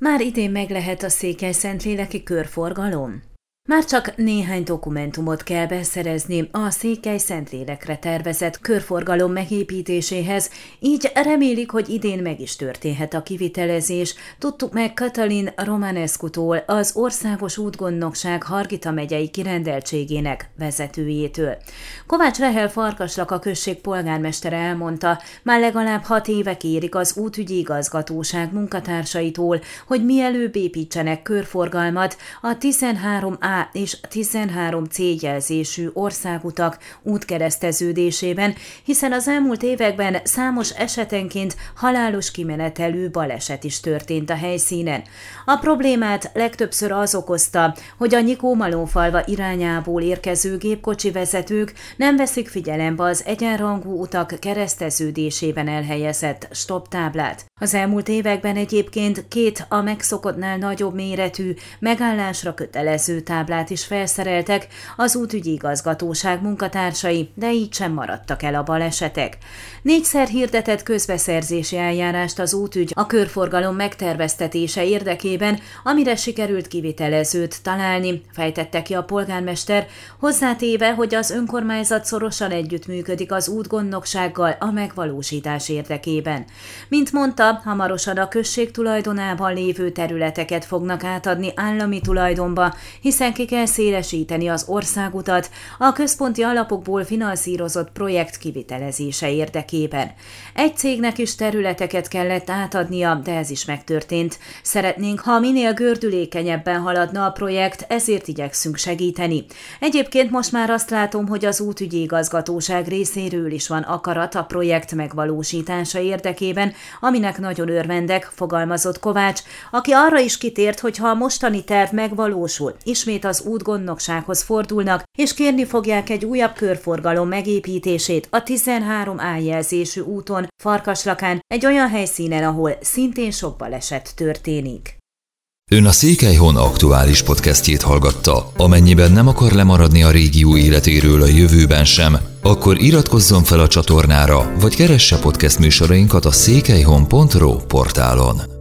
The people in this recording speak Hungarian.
Már idén meg lehet a székely-szentléleki körforgalom? Már csak néhány dokumentumot kell beszerezni a Székely-Szentlélekre tervezett körforgalom megépítéséhez, így remélik, hogy idén meg is történhet a kivitelezés. Tudtuk meg Katalin Romanescu-tól, az Országos Útgondnokság Hargita megyei kirendeltségének vezetőjétől. Kovács Rehel Farkaslaka község polgármestere elmondta, már legalább 6 éve kérik az útügyi igazgatóság munkatársaitól, hogy mielőbb építsenek körforgalmat a 13A és 13C jelzésű országutak útkereszteződésében, hiszen az elmúlt években számos esetenként halálos kimenetelű baleset is történt a helyszínen. A problémát legtöbbször az okozta, hogy a Nyikó-Malomfalva irányából érkező gépkocsi vezetők nem veszik figyelembe az egyenrangú utak kereszteződésében elhelyezett stopptáblát. Az elmúlt években egyébként 2 a megszokottnál nagyobb méretű, megállásra kötelező táblát is felszereltek az útügyi igazgatóság munkatársai, de így sem maradtak el a balesetek. 4-szer hirdetett közbeszerzési eljárást az útügy a körforgalom megterveztetése érdekében, amire sikerült kivitelezőt találni, fejtette ki a polgármester, hozzátéve, hogy az önkormányzat szorosan együttműködik az útgondnoksággal a megvalósítás érdekében. Mint mondta, hamarosan a község tulajdonában lévő területeket fognak átadni állami tulajdonba, hiszen ki kell szélesíteni az országutat a központi alapokból finanszírozott projekt kivitelezése érdekében. Egy cégnek is területeket kellett átadnia, de ez is megtörtént. Szeretnénk, ha minél gördülékenyebben haladna a projekt, ezért igyekszünk segíteni. Egyébként most már azt látom, hogy az útügyi igazgatóság részéről is van akarat a projekt megvalósítása érdekében, aminek nagyon örvendek, fogalmazott Kovács, aki arra is kitért, hogy ha a mostani terv megvalósul, ismét az útgondnoksághoz fordulnak, és kérni fogják egy újabb körforgalom megépítését a 13A jelzésű úton, Farkaslakán, egy olyan helyszínen, ahol szintén sok baleset történik. Ön a Székelyhon aktuális podcastjét hallgatta. Amennyiben nem akar lemaradni a régió életéről a jövőben sem, akkor iratkozzon fel a csatornára, vagy keresse podcast műsorainkat a székelyhon.ro portálon.